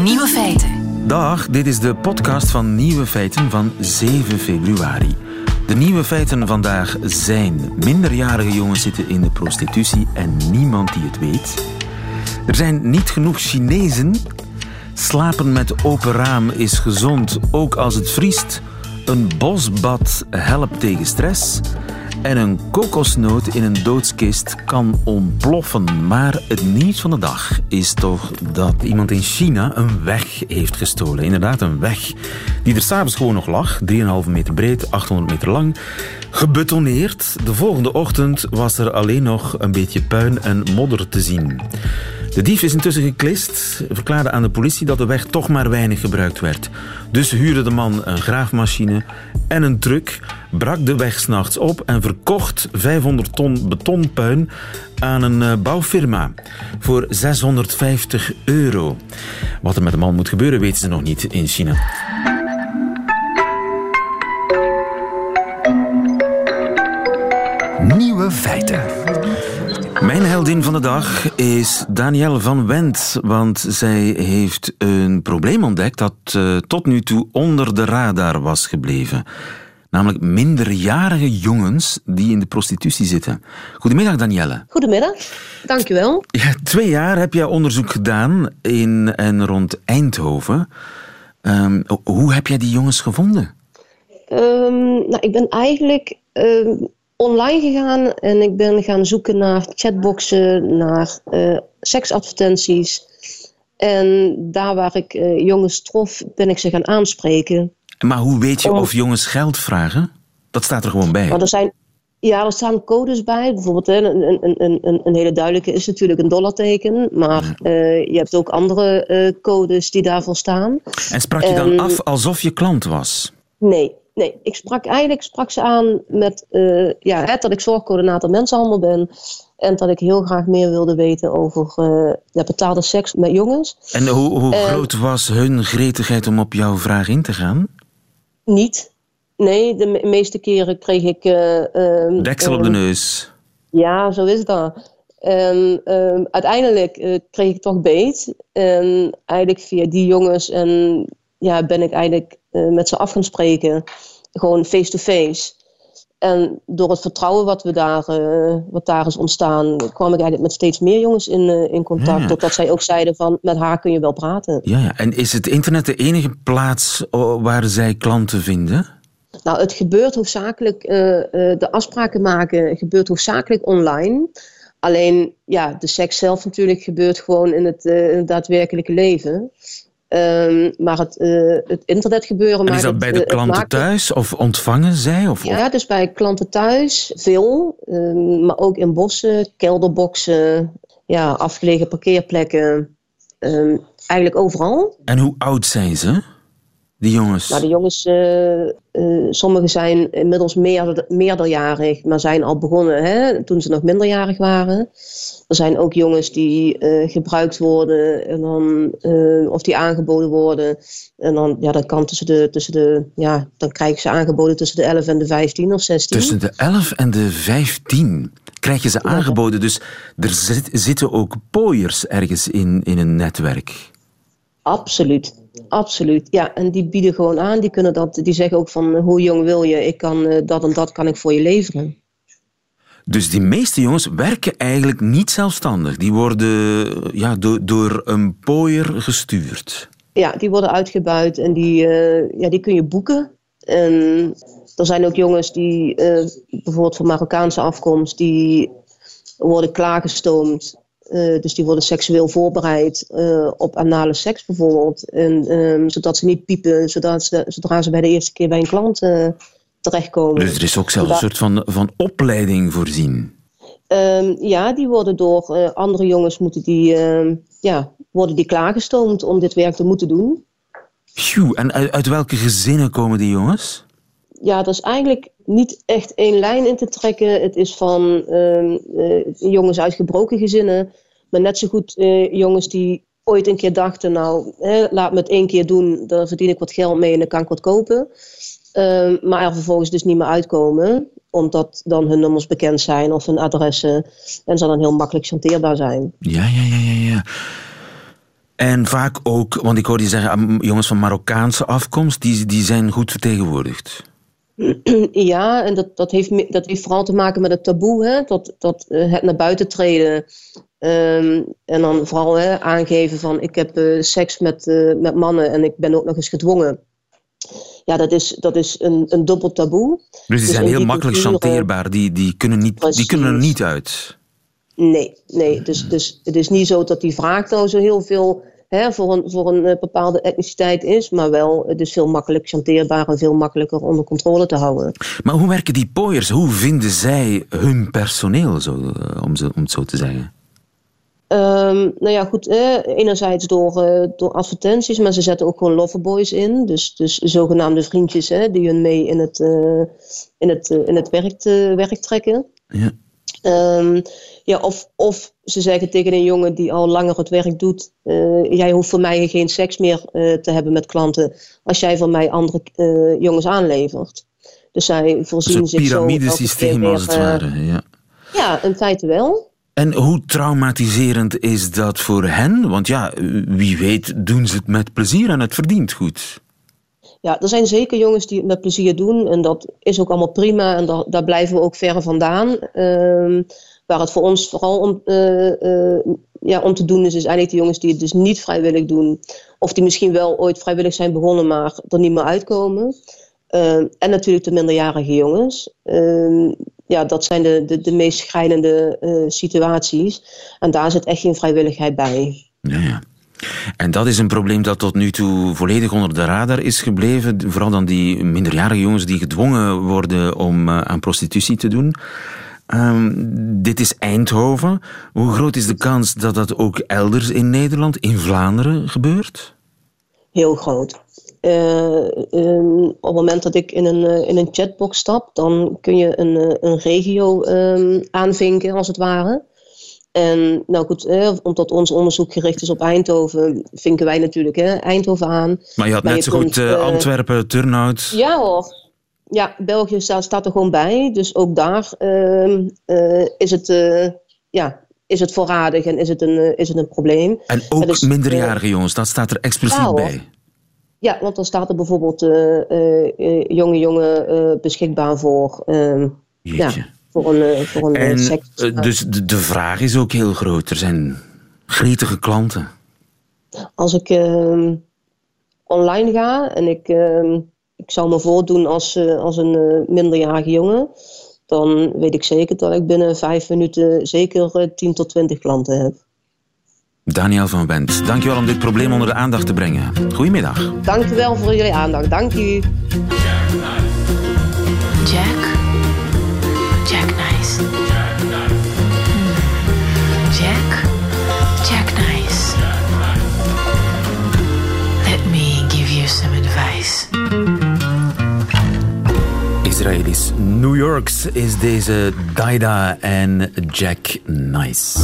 Nieuwe feiten. Dag, dit is de podcast van Nieuwe Feiten van 7 februari. De nieuwe feiten vandaag zijn: minderjarige jongens zitten in de prostitutie en niemand die het weet. Er zijn niet genoeg Chinezen. Slapen met open raam is gezond, ook als het vriest. Een bosbad helpt tegen stress. En een kokosnoot in een doodskist kan ontploffen. Maar het nieuws van de dag is toch dat iemand in China een weg heeft gestolen. Inderdaad, een weg die er s'avonds gewoon nog lag. 3,5 meter breed, 800 meter lang. Gebetonneerd. De volgende ochtend was er alleen nog een beetje puin en modder te zien. De dief is intussen geklist, verklaarde aan de politie dat de weg toch maar weinig gebruikt werd. Dus huurde de man een graafmachine en een truck, brak de weg 's nachts op en verkocht 500 ton betonpuin aan een bouwfirma voor €650. Wat er met de man moet gebeuren weten ze nog niet in China. Nieuwe feiten. Mijn heldin van de dag is Danielle van Wendt, want zij heeft een probleem ontdekt dat tot nu toe onder de radar was gebleven. Namelijk minderjarige jongens die in de prostitutie zitten. Goedemiddag, Danielle. Goedemiddag, dankjewel. Ja, 2 jaar heb jij onderzoek gedaan in en rond Eindhoven. Hoe heb jij die jongens gevonden? Ik ben eigenlijk online gegaan en ik ben gaan zoeken naar chatboxen, naar seksadvertenties. En daar waar ik jongens trof, ben ik ze gaan aanspreken. Maar hoe weet je of jongens geld vragen? Dat staat er gewoon bij. Maar er staan codes bij. Bijvoorbeeld een hele duidelijke is natuurlijk een dollarteken. Maar je hebt ook andere codes die daarvoor staan. En sprak je dan af alsof je klant was? Nee. Ik sprak ze aan met dat ik zorgcoördinator mensenhandel ben. En dat ik heel graag meer wilde weten over betaalde seks met jongens. En hoe groot was hun gretigheid om op jouw vraag in te gaan? Niet. Nee, de meeste keren kreeg ik... deksel op de neus. Ja, zo is dat. Uiteindelijk kreeg ik toch beet. En eigenlijk via die jongens ben ik eigenlijk met ze af gaan spreken. Gewoon face-to-face. En door het vertrouwen wat daar is ontstaan, kwam ik eigenlijk met steeds meer jongens in contact. Ja. Totdat zij ook zeiden van, met haar kun je wel praten. Ja. En is het internet de enige plaats waar zij klanten vinden? Nou, het gebeurt hoofdzakelijk, de afspraken maken gebeurt hoofdzakelijk online. Alleen, de seks zelf natuurlijk gebeurt gewoon in het daadwerkelijke leven. Maar het internetgebeuren... En is dat bij de klanten thuis of ontvangen zij? Ja, dus bij klanten thuis veel. Maar ook in bossen, kelderboxen, afgelegen parkeerplekken. Eigenlijk overal. En hoe oud zijn ze, die jongens? Nou, de jongens, sommigen zijn inmiddels meerderjarig, maar zijn al begonnen toen ze nog minderjarig waren. Er zijn ook jongens die gebruikt worden en dan, of die aangeboden worden. En dan kan dan krijgen ze aangeboden tussen de 11 en de 15 of 16. Tussen de 11 en de 15 krijg je ze aangeboden. Dus er zitten ook pooiers ergens in een netwerk. Absoluut. Ja, en die bieden gewoon aan. Die zeggen ook van, hoe jong wil je? Ik kan dat en dat kan ik voor je leveren. Dus die meeste jongens werken eigenlijk niet zelfstandig. Die worden door een pooier gestuurd. Ja, die worden uitgebuit en die kun je boeken. En er zijn ook jongens die bijvoorbeeld van Marokkaanse afkomst, die worden klaargestoomd. Dus die worden seksueel voorbereid op anale seks bijvoorbeeld. En, zodat ze niet piepen, zodra ze bij de eerste keer bij een klant terechtkomen. Dus er is ook zelfs een soort van opleiding voorzien? Die worden door andere jongens worden die klaargestoomd om dit werk te moeten doen. En uit welke gezinnen komen die jongens? Ja, er is eigenlijk niet echt één lijn in te trekken. Het is van jongens uit gebroken gezinnen. Maar net zo goed jongens die ooit een keer dachten, laat me het 1 keer doen. Dan verdien ik wat geld mee en dan kan ik wat kopen. Maar er vervolgens dus niet meer uitkomen. Omdat dan hun nummers bekend zijn of hun adressen. En ze dan heel makkelijk chanteerbaar zijn. Ja. En vaak ook, want ik hoorde je zeggen, jongens van Marokkaanse afkomst, die zijn goed vertegenwoordigd. Ja, en dat heeft vooral te maken met het taboe, hè? Dat het naar buiten treden. En dan vooral aangeven van ik heb seks met mannen en ik ben ook nog eens gedwongen. Ja, dat is een dubbel taboe. Dus die zijn heel makkelijk chanteerbaar, die kunnen er niet uit. Nee. Dus het is niet zo dat die vraag nou zo heel veel voor een bepaalde etniciteit is, maar wel, het is veel makkelijk chanteerbaar en veel makkelijker onder controle te houden. Maar hoe werken die pooiers? Hoe vinden zij hun personeel, om het zo te zeggen? Nou ja, goed. Enerzijds door advertenties, maar ze zetten ook gewoon loverboys in. Dus zogenaamde vriendjes die hun mee in het werk trekken. Ja. Of ze zeggen tegen een jongen die al langer het werk doet, jij hoeft voor mij geen seks meer te hebben met klanten als jij voor mij andere jongens aanlevert. Dus zij voorzien zich zo... Een piramidesysteem als het ware, ja. Ja, in feite wel. En hoe traumatiserend is dat voor hen? Want ja, wie weet doen ze het met plezier en het verdient goed. Ja, er zijn zeker jongens die het met plezier doen. En dat is ook allemaal prima. En daar blijven we ook ver vandaan. Waar het voor ons vooral om te doen is eigenlijk de jongens die het dus niet vrijwillig doen. Of die misschien wel ooit vrijwillig zijn begonnen, maar er niet meer uitkomen. En natuurlijk de minderjarige jongens. Ja, dat zijn de meest schrijnende situaties. En daar zit echt geen vrijwilligheid bij. Ja. En dat is een probleem dat tot nu toe volledig onder de radar is gebleven. Vooral dan die minderjarige jongens die gedwongen worden om aan prostitutie te doen. Dit is Eindhoven. Hoe groot is de kans dat dat ook elders in Nederland, in Vlaanderen, gebeurt? Heel groot. Op het moment dat ik in een chatbox stap, dan kun je een regio aanvinken, als het ware. En nou goed, omdat ons onderzoek gericht is op Eindhoven, vinken wij natuurlijk Eindhoven aan. Maar je had net zo goed Antwerpen, Turnhout. Ja hoor. Ja, België staat er gewoon bij. Dus ook daar is het voorradig en is het een probleem. En ook dus, minderjarige jongens, dat staat er expliciet bij. Ja, want dan staat er bijvoorbeeld jonge jongen beschikbaar voor een seks. Dus de vraag is ook heel groot. Er zijn gretige klanten. Als ik online ga en ik zou me voordoen als een minderjarige jongen, dan weet ik zeker dat ik binnen 5 minuten zeker 10 tot 20 klanten heb. Daniël van Wendt, dankjewel om dit probleem onder de aandacht te brengen. Goedemiddag. Dankjewel voor jullie aandacht. Dank u. Jack Nice. Jack Nice. Let me give you some advice. Israëlisch New Yorks is deze Daida en Jack Nice.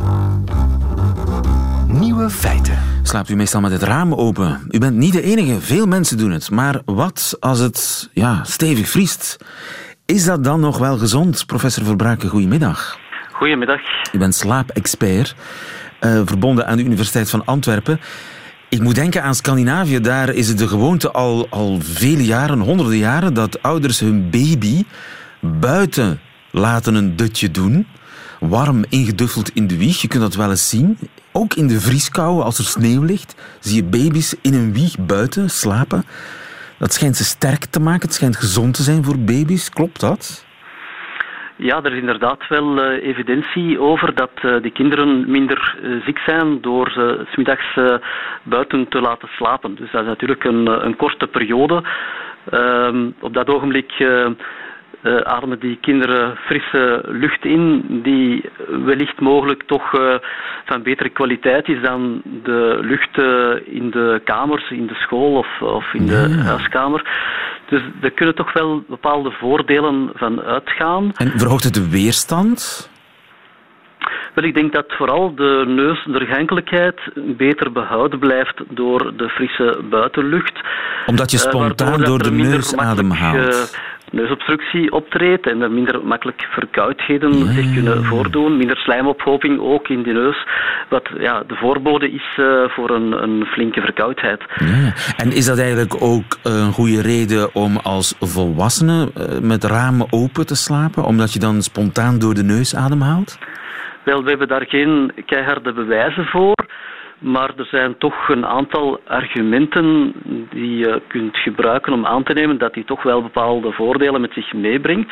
Nieuwe feiten. Slaapt u meestal met het raam open? U bent niet de enige, veel mensen doen het. Maar wat als het stevig vriest? Is dat dan nog wel gezond? Professor Verbraken, goedemiddag. Goedemiddag. U bent slaapexpert, verbonden aan de Universiteit van Antwerpen. Ik moet denken aan Scandinavië. Daar is het de gewoonte al vele jaren, honderden jaren, dat ouders hun baby buiten laten een dutje doen. Warm ingeduffeld in de wieg. Je kunt dat wel eens zien. Ook in de vrieskou, als er sneeuw ligt, zie je baby's in een wieg buiten slapen. Dat schijnt ze sterk te maken. Het schijnt gezond te zijn voor baby's. Klopt dat? Ja, er is inderdaad wel evidentie over dat die kinderen minder ziek zijn door ze 's middags buiten te laten slapen. Dus dat is natuurlijk een korte periode. Op dat ogenblik ademen die kinderen frisse lucht in die wellicht mogelijk toch van betere kwaliteit is dan de lucht in de kamers, in de school of in de huiskamer. Dus er kunnen toch wel bepaalde voordelen van uitgaan. En verhoogt het de weerstand? Wel, ik denk dat vooral de neusdoorgankelijkheid beter behouden blijft door de frisse buitenlucht. Omdat je spontaan door de neus ademhaalt. neusobstructie optreedt en er minder makkelijk verkoudheden zich kunnen voordoen. Minder slijmophoping ook in de neus, wat de voorbode is voor een flinke verkoudheid. Ja. En is dat eigenlijk ook een goede reden om als volwassene met ramen open te slapen, omdat je dan spontaan door de neus ademhaalt? Wel, we hebben daar geen keiharde bewijzen voor. Maar er zijn toch een aantal argumenten die je kunt gebruiken om aan te nemen dat die toch wel bepaalde voordelen met zich meebrengt.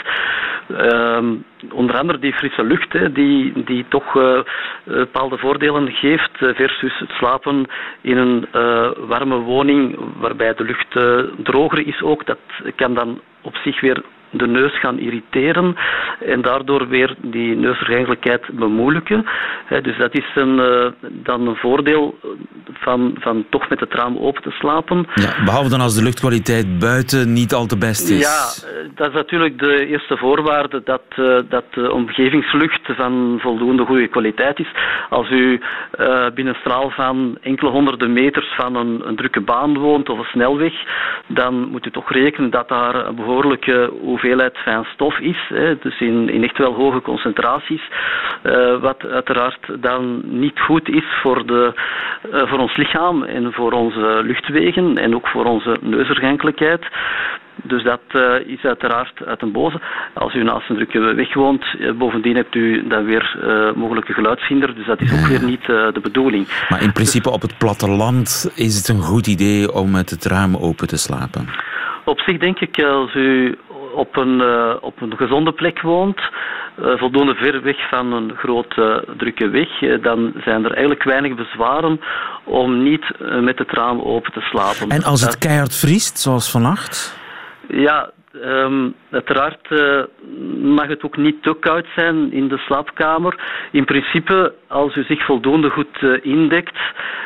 Onder andere die frisse lucht, die toch bepaalde voordelen geeft versus het slapen in een warme woning waarbij de lucht droger is ook. Dat kan dan op zich weer de neus gaan irriteren en daardoor weer die neusvergankelijkheid bemoeilijken. Dus dat is dan een voordeel van toch met het raam open te slapen. Ja, behalve dan als de luchtkwaliteit buiten niet al te best is. Ja, dat is natuurlijk de eerste voorwaarde dat de omgevingslucht van voldoende goede kwaliteit is. Als u binnen een straal van enkele honderden meters van een drukke baan woont of een snelweg, dan moet u toch rekenen dat daar een behoorlijke hoeveelheid fijn stof is, dus in echt wel hoge concentraties, wat uiteraard dan niet goed is voor ons lichaam en voor onze luchtwegen en ook voor onze neusvergankelijkheid. Dus dat is uiteraard uit een boze. Als u naast een drukke weg woont, bovendien hebt u dan weer mogelijke geluidshinder, dus dat is ook weer niet de bedoeling. Maar in principe op het platteland is het een goed idee om met het raam open te slapen? Op zich denk ik, als u op een gezonde plek woont, voldoende ver weg van een grote drukke weg, dan zijn er eigenlijk weinig bezwaren om niet met het raam open te slapen. En als het keihard vriest, zoals vannacht? Ja, uiteraard mag het ook niet te koud zijn in de slaapkamer. In principe, als u zich voldoende goed indekt,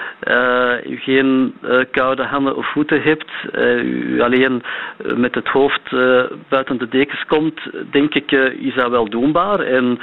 u geen koude handen of voeten hebt, u alleen met het hoofd buiten de dekens komt, denk ik, is dat wel doenbaar.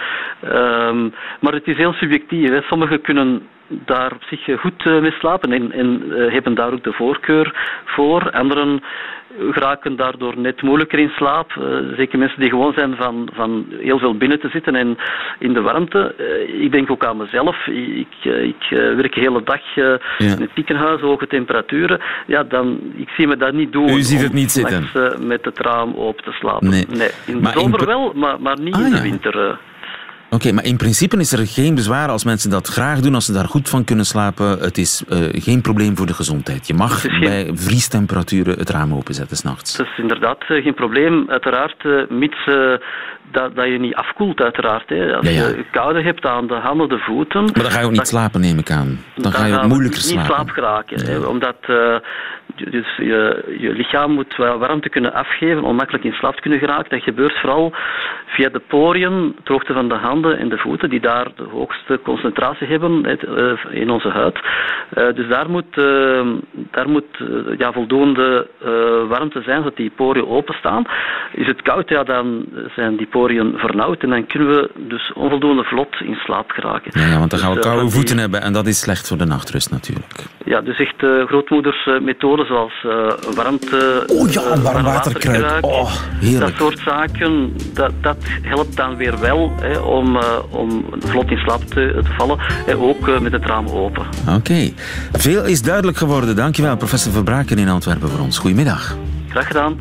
Maar het is heel subjectief. Hè. Sommigen kunnen daar op zich goed mee slapen en hebben daar ook de voorkeur voor. Anderen geraken daardoor net moeilijker in slaap. Zeker mensen die gewoon zijn van heel veel binnen te zitten en in de warmte. Ik denk ook aan mezelf. Ik werk de hele dag in het ziekenhuis, hoge temperaturen. Ja, ik zie me dat niet doen. U ziet het niet zitten? Met het raam open te slapen. Nee. In de zomer wel, maar niet in de winter. Oké, maar in principe is er geen bezwaar als mensen dat graag doen, als ze daar goed van kunnen slapen. Het is geen probleem voor de gezondheid. Je mag bij vriestemperaturen het raam openzetten 's nachts. Dat is inderdaad geen probleem. Uiteraard, mits dat je niet afkoelt, uiteraard. Hè. Als je koude hebt aan de handen, de voeten... Maar dan ga je ook niet slapen, neem ik aan. Dan ga je moeilijker slapen. Niet slaap geraken. Hè, omdat dus je lichaam moet wel warmte kunnen afgeven om makkelijk in slaap te kunnen geraken. Dat gebeurt vooral via de poriën, de hoogte van de handen en de voeten, die daar de hoogste concentratie hebben in onze huid. Dus daar moet voldoende warmte zijn, zodat die poriën openstaan. Is het koud, dan zijn die poriën vernauwd en dan kunnen we dus onvoldoende vlot in slaap geraken. Ja, want dan gaan we koude voeten hebben en dat is slecht voor de nachtrust natuurlijk. Ja, dus echt grootmoeders methoden zoals warmte... warm waterkruik. Heerlijk. Dat soort zaken, dat helpt dan weer wel om vlot in slaap te vallen. Ook met het raam open. Oké. Veel is duidelijk geworden. Dankjewel, professor Verbraken in Antwerpen voor ons. Goedemiddag. Graag gedaan.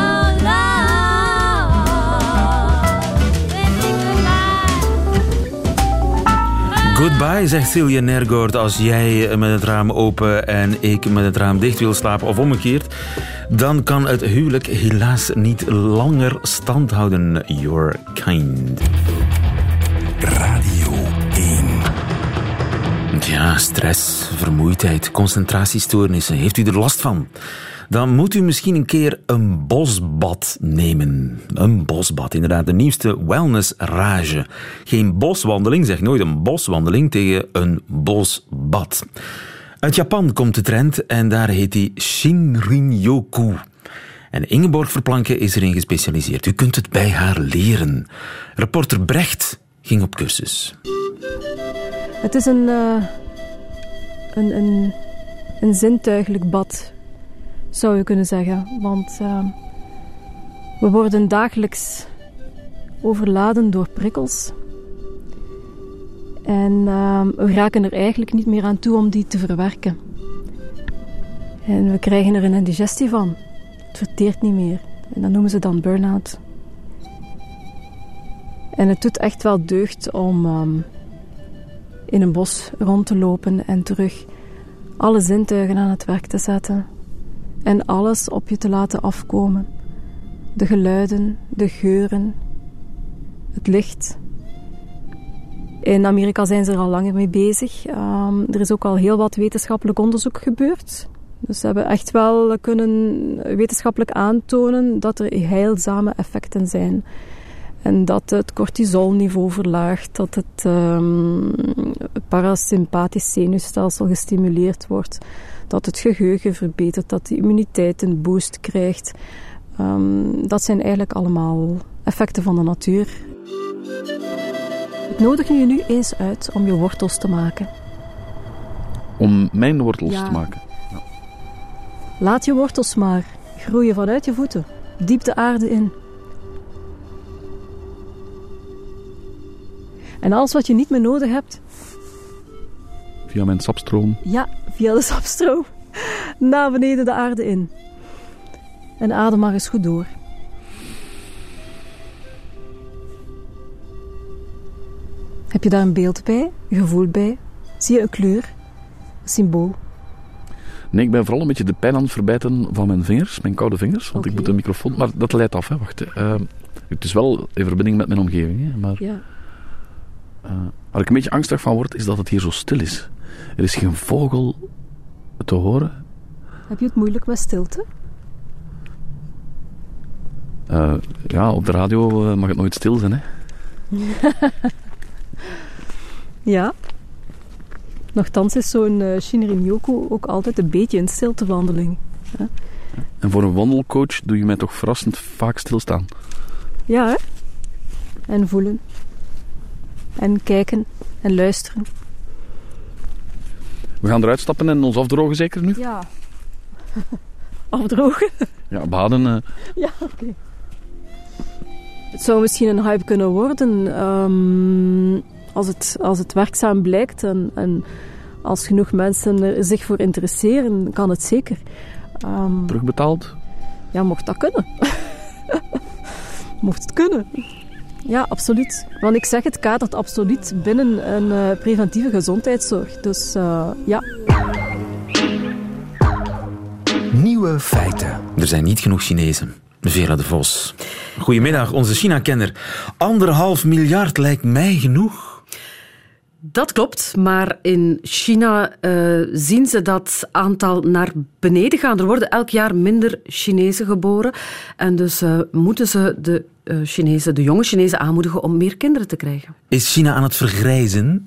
Goodbye, zegt Silje Nergoord, als jij met het raam open en ik met het raam dicht wil slapen, of omgekeerd, dan kan het huwelijk helaas niet langer stand houden. Your kind. Radio 1. Ja, stress, vermoeidheid, concentratiestoornissen. Heeft u er last van? Dan moet u misschien een keer een bosbad nemen. Een bosbad, inderdaad, de nieuwste wellnessrage. Geen boswandeling, zeg nooit een boswandeling tegen een bosbad. Uit Japan komt de trend en daar heet die Shinrin-yoku. En Ingeborg Verplanken is erin gespecialiseerd. U kunt het bij haar leren. Reporter Brecht ging op cursus. Het is een zintuigelijk bad, zou je kunnen zeggen. Want We worden dagelijks overladen door prikkels. En we raken er eigenlijk niet meer aan toe om die te verwerken. En we krijgen er een indigestie van. Het verteert niet meer. En dat noemen ze dan burn-out. En het doet echt wel deugd om in een bos rond te lopen en terug alle zintuigen aan het werk te zetten. En alles op je te laten afkomen. De geluiden, de geuren, het licht. In Amerika zijn ze er al langer mee bezig. Er is ook al heel wat wetenschappelijk onderzoek gebeurd. Dus ze hebben echt wel kunnen wetenschappelijk aantonen dat er heilzame effecten zijn. En dat het cortisolniveau verlaagt, dat het parasympathisch zenuwstelsel gestimuleerd wordt, dat het geheugen verbetert, dat de immuniteit een boost krijgt. Dat zijn eigenlijk allemaal effecten van de natuur. Ik nodig je nu eens uit om je wortels te maken. Om mijn wortels te maken? Ja. Laat je wortels maar groeien vanuit je voeten, diep de aarde in. En alles wat je niet meer nodig hebt... Via mijn sapstroom? Ja, via de sapstroom. Naar beneden de aarde in. En adem maar eens goed door. Heb je daar een beeld bij? Een gevoel bij? Zie je een kleur? Een symbool? Nee, ik ben vooral een beetje de pijn aan het verbijten van mijn vingers, mijn koude vingers. Want ik moet de microfoon... Maar dat leidt af, hè. Wacht. Het is wel in verbinding met mijn omgeving, hè. Maar... Ja. Waar ik een beetje angstig van word, is dat het hier zo stil is. Er is geen vogel te horen. Heb je het moeilijk met stilte? Ja, op de radio mag het nooit stil zijn, hè. Ja. Nochtans is zo'n Shinrin-yoku ook altijd een beetje een stiltewandeling. Ja. En voor een wandelcoach doe je mij toch verrassend vaak stilstaan. Ja, hè? En voelen. En kijken en luisteren. We gaan eruit stappen en ons afdrogen zeker nu? Ja. Afdrogen? Ja, baden. Ja, oké. Het zou misschien een hype kunnen worden als het werkzaam blijkt en als genoeg mensen er zich voor interesseren, kan het zeker. Terugbetaald? Ja, mocht dat kunnen. Mocht het kunnen. Ja, absoluut. Want ik zeg, het kadert absoluut binnen een preventieve gezondheidszorg. Dus ja. Nieuwe feiten. Er zijn niet genoeg Chinezen. Vera de Vos. Goedemiddag, onze China-kenner. 1,5 miljard lijkt mij genoeg. Dat klopt, maar in China zien ze dat aantal naar beneden gaan. Er worden elk jaar minder Chinezen geboren. En dus moeten ze de jonge Chinezen aanmoedigen om meer kinderen te krijgen. Is China aan het vergrijzen?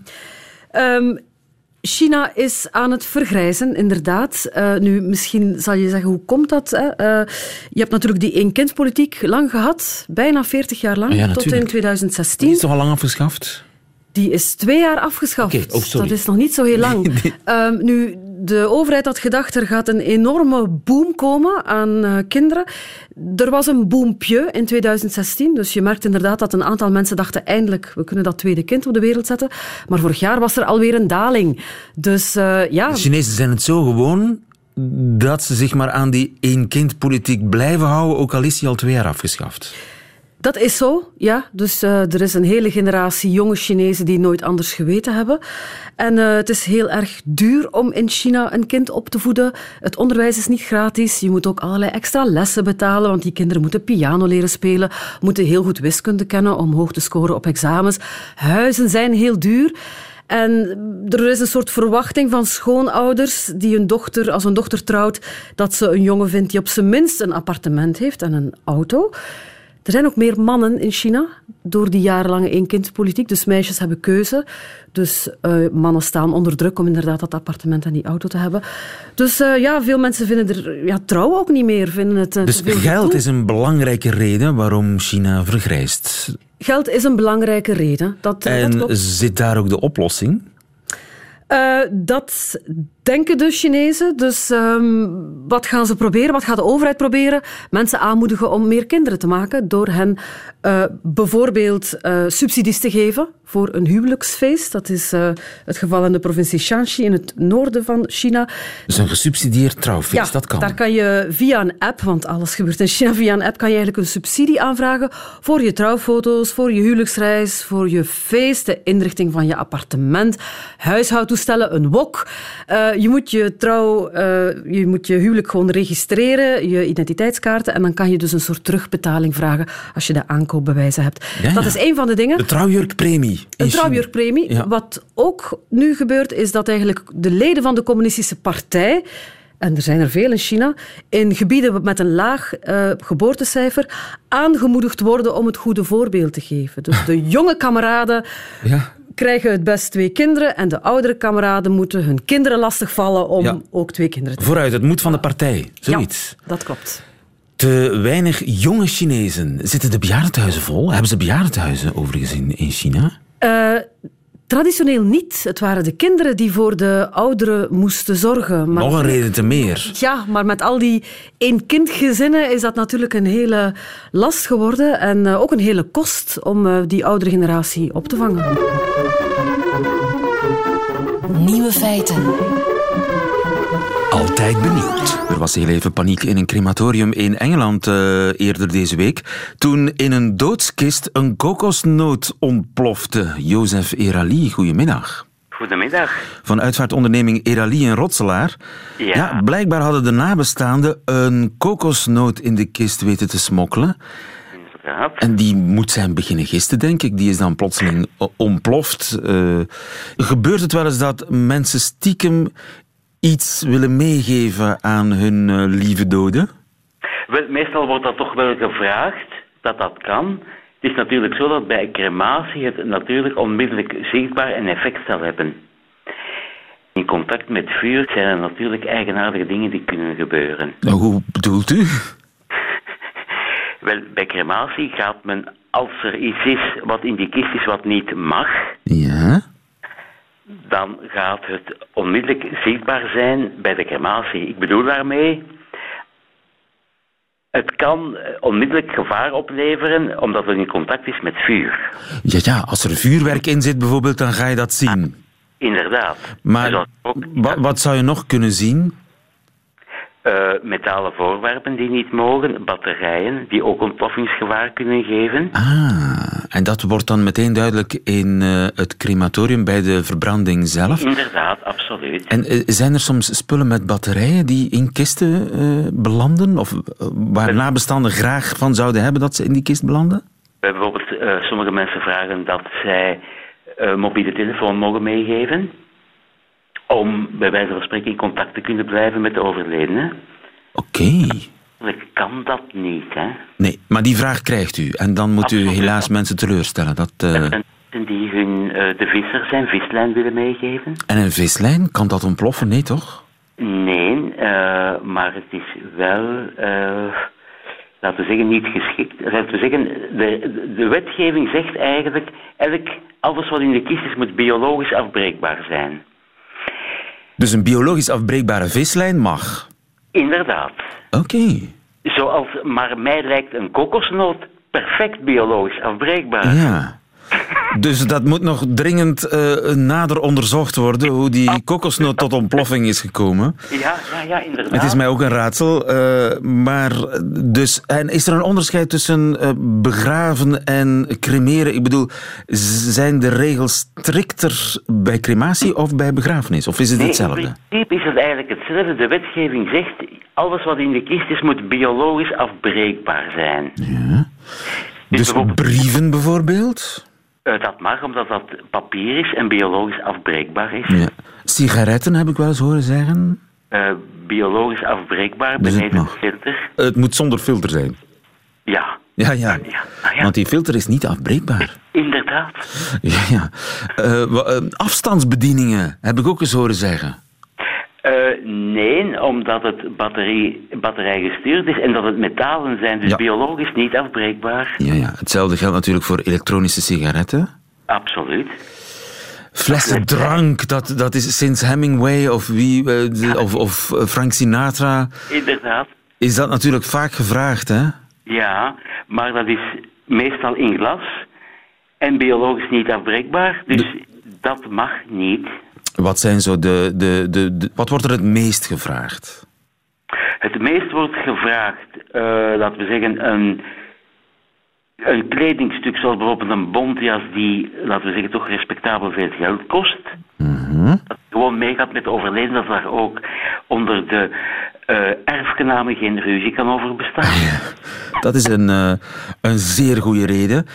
China is aan het vergrijzen, inderdaad. Nu, misschien zal je zeggen, hoe komt dat? Hè? Je hebt natuurlijk die één-kindpolitiek lang gehad. Bijna 40 jaar lang, ja, tot in 2016. Die is toch al lang afgeschaft? Die is 2 jaar afgeschaft. Okay. Oh, sorry. Dat is nog niet zo heel lang. Nu, de overheid had gedacht, er gaat een enorme boom komen aan kinderen. Er was een boompje in 2016, dus je merkt inderdaad dat een aantal mensen dachten, eindelijk, we kunnen dat tweede kind op de wereld zetten. Maar vorig jaar was er alweer een daling. Dus ja... De Chinezen zijn het zo gewoon dat ze zich maar aan die één-kind-politiek blijven houden, ook al is die al 2 jaar afgeschaft. Dat is zo, ja. Dus er is een hele generatie jonge Chinezen die nooit anders geweten hebben. En het is heel erg duur om in China een kind op te voeden. Het onderwijs is niet gratis. Je moet ook allerlei extra lessen betalen, want die kinderen moeten piano leren spelen, moeten heel goed wiskunde kennen om hoog te scoren op examens. Huizen zijn heel duur. En er is een soort verwachting van schoonouders die als een dochter trouwt, dat ze een jongen vindt die op zijn minst een appartement heeft en een auto. Er zijn ook meer mannen in China door die jarenlange één-kindpolitiek. Dus meisjes hebben keuze. Dus mannen staan onder druk om inderdaad dat appartement en die auto te hebben. Dus veel mensen vinden trouwen ook niet meer. Vinden het, dus geld is een belangrijke reden waarom China vergrijst. Geld is een belangrijke reden. Dat en klopt. Zit daar ook de oplossing? Dat denken de Chinezen. Dus wat gaan ze proberen? Wat gaat de overheid proberen? Mensen aanmoedigen om meer kinderen te maken door hen bijvoorbeeld subsidies te geven voor een huwelijksfeest. Dat is het geval in de provincie Shanxi in het noorden van China. Dus een gesubsidieerd trouwfeest, dat kan. Daar kan je via een app, want alles gebeurt in China, via een app kan je eigenlijk een subsidie aanvragen voor je trouwfoto's, voor je huwelijksreis, voor je feest, de inrichting van je appartement, huishoudtoestellen, een wok. Je moet je huwelijk gewoon registreren, je identiteitskaarten, en dan kan je dus een soort terugbetaling vragen als je de aankoopbewijzen hebt. Ja, ja. Dat is één van de dingen. De trouwjurkpremie. Een trouwjurkpremie. Ja. Wat ook nu gebeurt, is dat eigenlijk de leden van de communistische partij, en er zijn er veel in China, in gebieden met een laag geboortecijfer, aangemoedigd worden om het goede voorbeeld te geven. Dus de jonge kameraden krijgen het best 2 kinderen en de oudere kameraden moeten hun kinderen lastigvallen om ook 2 kinderen te krijgen. Vooruit, het moet van de partij. Zoiets. Ja, dat klopt. Te weinig jonge Chinezen. Zitten de bejaardentehuizen vol? Hebben ze bejaardentehuizen overigens in China? Traditioneel niet. Het waren de kinderen die voor de ouderen moesten zorgen. Maar nog een reden te meer. Ja, maar met al die één-kindgezinnen is dat natuurlijk een hele last geworden en ook een hele kost om die oudere generatie op te vangen. Nieuwe feiten. Altijd benieuwd. Er was heel even paniek in een crematorium in Engeland eerder deze week, toen in een doodskist een kokosnoot ontplofte. Jozef Erali, goedemiddag. Goedemiddag. Van uitvaartonderneming Erali in Rotselaar. Ja, blijkbaar hadden de nabestaanden een kokosnoot in de kist weten te smokkelen. Inderdaad. En die moet zijn beginnen gisten, denk ik. Die is dan plotseling ontploft. Gebeurt het wel eens dat mensen stiekem iets willen meegeven aan hun lieve doden? Wel, meestal wordt dat toch wel gevraagd, dat kan. Het is natuurlijk zo dat bij crematie het natuurlijk onmiddellijk zichtbaar een effect zal hebben. In contact met vuur zijn er natuurlijk eigenaardige dingen die kunnen gebeuren. Nou, hoe bedoelt u? Wel, bij crematie gaat men, als er iets is wat in die kist is wat niet mag, ja, dan gaat het onmiddellijk zichtbaar zijn bij de crematie. Ik bedoel daarmee, het kan onmiddellijk gevaar opleveren omdat het in contact is met vuur. Ja, als er vuurwerk in zit bijvoorbeeld, dan ga je dat zien. Inderdaad. Maar wat zou je nog kunnen zien? Metalen voorwerpen die niet mogen, batterijen die ook ontploffingsgevaar kunnen geven. En dat wordt dan meteen duidelijk in het crematorium bij de verbranding zelf? Inderdaad, absoluut. En zijn er soms spullen met batterijen die in kisten belanden? Of waar nabestaanden graag van zouden hebben dat ze in die kist belanden? Bijvoorbeeld, sommige mensen vragen dat zij mobiele telefoon mogen meegeven, om bij wijze van spreken in contact te kunnen blijven met de overledene. Oké. Kan dat niet, hè? Nee, maar die vraag krijgt u. En dan moet u helaas mensen teleurstellen. Er zijn mensen die de visser zijn vislijn willen meegeven. En een vislijn, kan dat ontploffen? Nee, toch? Nee, maar het is wel, laten we zeggen, niet geschikt. Laten we zeggen, de wetgeving zegt eigenlijk, alles wat in de kist is, moet biologisch afbreekbaar zijn. Dus een biologisch afbreekbare vislijn mag? Inderdaad. Oké. Maar mij lijkt een kokosnoot perfect biologisch afbreekbaar. Ja. Dus dat moet nog dringend nader onderzocht worden, hoe die kokosnoot tot ontploffing is gekomen. Ja, inderdaad. Het is mij ook een raadsel. Maar dus, en is er een onderscheid tussen begraven en cremeren? Ik bedoel, zijn de regels strikter bij crematie of bij begrafenis? Of is het hetzelfde? In principe is het eigenlijk hetzelfde. De wetgeving zegt, alles wat in de kist is, moet biologisch afbreekbaar zijn. Ja. Dus brieven bijvoorbeeld? Dat mag, omdat dat papier is en biologisch afbreekbaar is. Ja. Sigaretten heb ik wel eens horen zeggen. Biologisch afbreekbaar, dus beneden het filter. Het moet zonder filter zijn. Ja. Ja. Want die filter is niet afbreekbaar. Inderdaad. Ja. Afstandsbedieningen heb ik ook eens horen zeggen. Nee, omdat het batterijgestuurd is en dat het metalen zijn, dus biologisch niet afbreekbaar. Ja. Hetzelfde geldt natuurlijk voor elektronische sigaretten. Absoluut. Flessen drank, dat is sinds Hemingway of of Frank Sinatra. Inderdaad. Is dat natuurlijk vaak gevraagd, hè? Ja, maar dat is meestal in glas en biologisch niet afbreekbaar, dus dat mag niet. Wat zijn zo wat wordt er het meest gevraagd? Het meest wordt gevraagd, laten we zeggen, een kledingstuk zoals bijvoorbeeld een bontjas die, laten we zeggen, toch respectabel veel geld kost. Mm-hmm. Dat gewoon meegaat met de overleden, dat daar ook onder de erfgenamen geen ruzie kan over bestaan. Ja, dat is een zeer goede reden.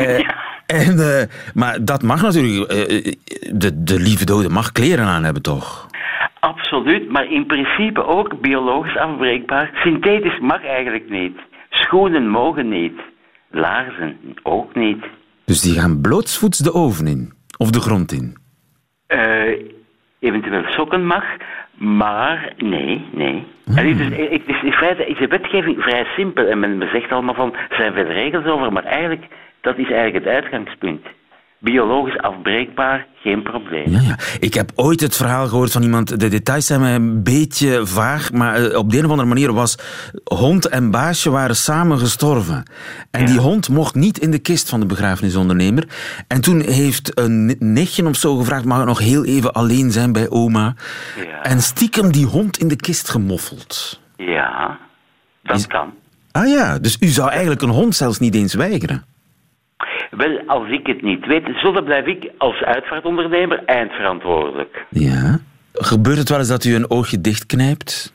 Maar dat mag natuurlijk. De lieve dode mag kleren aan hebben, toch? Absoluut, maar in principe ook biologisch afbreekbaar. Synthetisch mag eigenlijk niet. Schoenen mogen niet. Laarzen ook niet. Dus die gaan blootsvoets de oven in? Of de grond in? Eventueel sokken mag, maar nee. En dus, in feite is de wetgeving vrij simpel. En men zegt allemaal van, er zijn veel regels over, maar eigenlijk, dat is eigenlijk het uitgangspunt. Biologisch afbreekbaar, geen probleem. Ja. Ik heb ooit het verhaal gehoord van iemand, de details zijn mij een beetje vaag, maar op de een of andere manier was hond en baasje waren samen gestorven. En die hond mocht niet in de kist van de begrafenisondernemer. En toen heeft een nichtje of zo gevraagd, mag het nog heel even alleen zijn bij oma? Ja. En stiekem die hond in de kist gemoffeld. Ja, dat kan. Ah ja, dus u zou eigenlijk een hond zelfs niet eens weigeren? Wel, als ik het niet weet, zo blijf ik als uitvaartondernemer eindverantwoordelijk. Ja. Gebeurt het wel eens dat u een oogje dichtknijpt?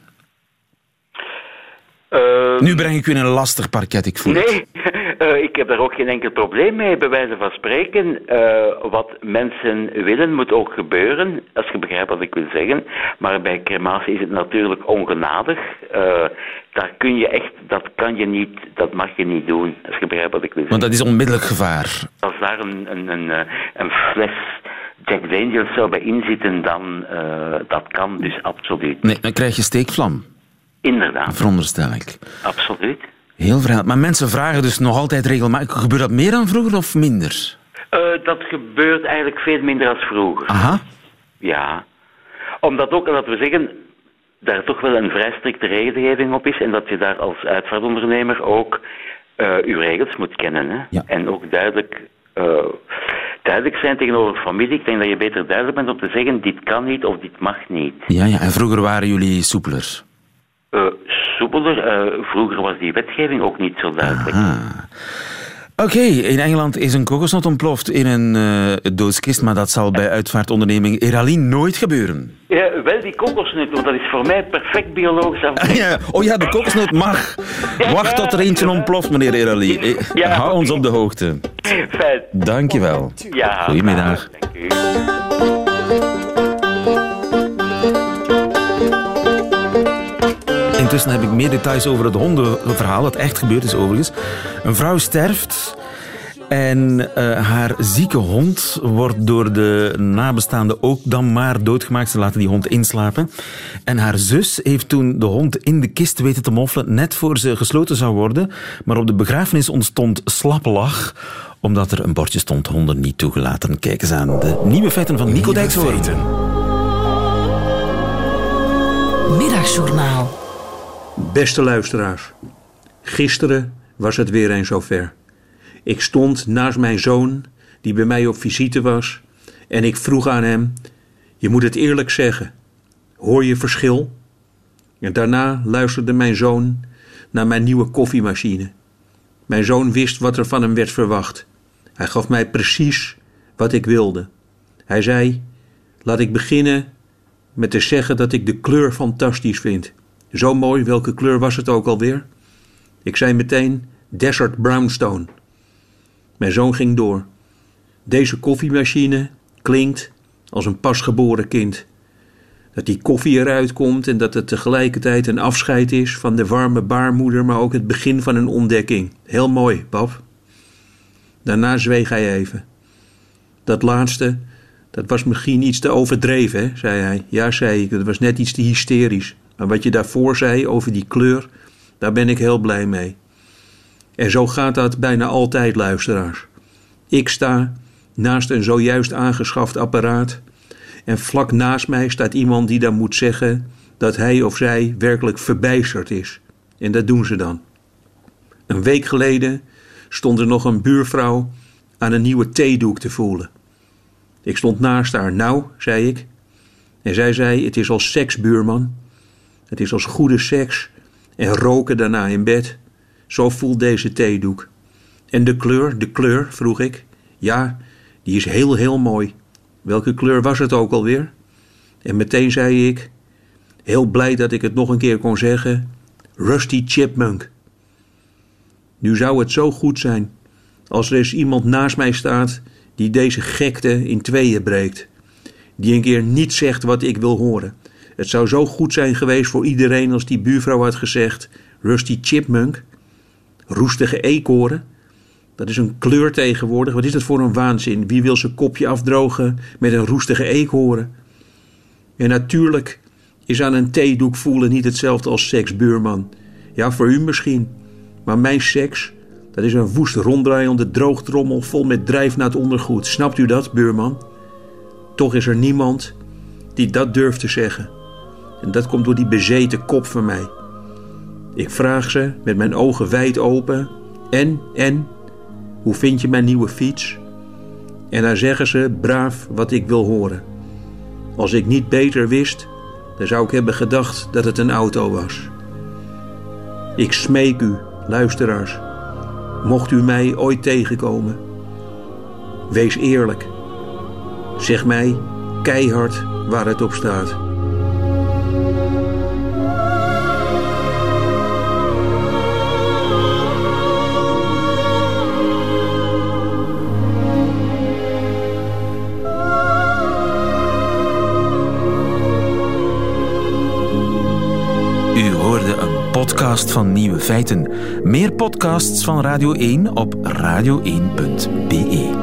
Nu breng ik u in een lastig parket, ik voel Nee, ik heb daar ook geen enkel probleem mee, bij wijze van spreken. Wat mensen willen, moet ook gebeuren, als je begrijpt wat ik wil zeggen. Maar bij crematie is het natuurlijk ongenadig. Daar kun je echt, dat mag je niet doen, als je begrijpt wat ik wil zeggen. Want dat is onmiddellijk gevaar. Als daar een fles Jack Daniels zou bij inzitten, dan dat kan dus absoluut. Nee, dan krijg je steekvlam. Inderdaad. Veronderstel ik. Absoluut. Heel vreemd. Maar mensen vragen dus nog altijd regelmatig. Gebeurt dat meer dan vroeger of minder? Dat gebeurt eigenlijk veel minder dan vroeger. Aha. Ja. Omdat ook, laten we zeggen, daar toch wel een vrij strikte regelgeving op is en dat je daar als uitvaartondernemer ook uw regels moet kennen. Hè? Ja. En ook duidelijk zijn tegenover familie. Ik denk dat je beter duidelijk bent om te zeggen, dit kan niet of dit mag niet. Ja, en vroeger waren jullie soepeler? Soepeler. Vroeger was die wetgeving ook niet zo duidelijk. Oké, in Engeland is een kokosnot ontploft in een doodskist, maar dat zal bij uitvaartonderneming Eraline nooit gebeuren. Ja, wel die kokosnot, want dat is voor mij perfect biologisch afbreekbaar. Oh ja, de kokosnot mag. Wacht tot er eentje ontploft, meneer Eraline. Hou ons op de hoogte. Fijn. Dankjewel. Ja, goedemiddag. Dank u. Intussen heb ik meer details over het hondenverhaal, dat echt gebeurd is overigens. Een vrouw sterft en haar zieke hond wordt door de nabestaanden ook dan maar doodgemaakt. Ze laten die hond inslapen. En haar zus heeft toen de hond in de kist weten te moffelen, net voor ze gesloten zou worden. Maar op de begrafenis ontstond slappe lach, omdat er een bordje stond, honden niet toegelaten. Kijk eens aan de nieuwe feiten van Nico Dijkshoorn. Middagjournaal. Beste luisteraars, gisteren was het weer eens zover. Ik stond naast mijn zoon, die bij mij op visite was, en ik vroeg aan hem, je moet het eerlijk zeggen, hoor je verschil? En daarna luisterde mijn zoon naar mijn nieuwe koffiemachine. Mijn zoon wist wat er van hem werd verwacht. Hij gaf mij precies wat ik wilde. Hij zei, laat ik beginnen met te zeggen dat ik de kleur fantastisch vind. Zo mooi, welke kleur was het ook alweer? Ik zei meteen Desert Brownstone. Mijn zoon ging door. Deze koffiemachine klinkt als een pasgeboren kind. Dat die koffie eruit komt en dat het tegelijkertijd een afscheid is van de warme baarmoeder, maar ook het begin van een ontdekking. Heel mooi, pap. Daarna zweeg hij even. Dat laatste, dat was misschien iets te overdreven, hè, zei hij. Ja, zei ik, dat was net iets te hysterisch. Maar wat je daarvoor zei over die kleur, daar ben ik heel blij mee. En zo gaat dat bijna altijd, luisteraars. Ik sta naast een zojuist aangeschaft apparaat. En vlak naast mij staat iemand die dan moet zeggen dat hij of zij werkelijk verbijsterd is. En dat doen ze dan. Een week geleden stond er nog een buurvrouw aan een nieuwe theedoek te voelen. Ik stond naast haar. Nou, zei ik. En zij zei, het is als seks, buurman. Het is als goede seks. En roken daarna in bed. Zo voelt deze theedoek. En de kleur, vroeg ik. Ja, die is heel mooi. Welke kleur was het ook alweer? En meteen zei ik, heel blij dat ik het nog een keer kon zeggen, Rusty Chipmunk. Nu zou het zo goed zijn als er eens iemand naast mij staat die deze gekte in tweeën breekt. Die een keer niet zegt wat ik wil horen. Het zou zo goed zijn geweest voor iedereen als die buurvrouw had gezegd, Rusty Chipmunk, roestige eekhoorn. Dat is een kleur tegenwoordig. Wat is dat voor een waanzin? Wie wil zijn kopje afdrogen met een roestige eekhoorn? En natuurlijk is aan een theedoek voelen niet hetzelfde als seks, buurman. Ja, voor u misschien. Maar mijn seks, dat is een woest ronddraaiende droogtrommel vol met drijfnaad ondergoed. Snapt u dat, buurman? Toch is er niemand die dat durft te zeggen. En dat komt door die bezeten kop van mij. Ik vraag ze met mijn ogen wijd open. En, hoe vind je mijn nieuwe fiets? En dan zeggen ze braaf wat ik wil horen. Als ik niet beter wist, dan zou ik hebben gedacht dat het een auto was. Ik smeek u, luisteraars, mocht u mij ooit tegenkomen, wees eerlijk. Zeg mij keihard waar het op staat. U hoorde een podcast van Nieuwe Feiten. Meer podcasts van Radio 1 op radio1.be.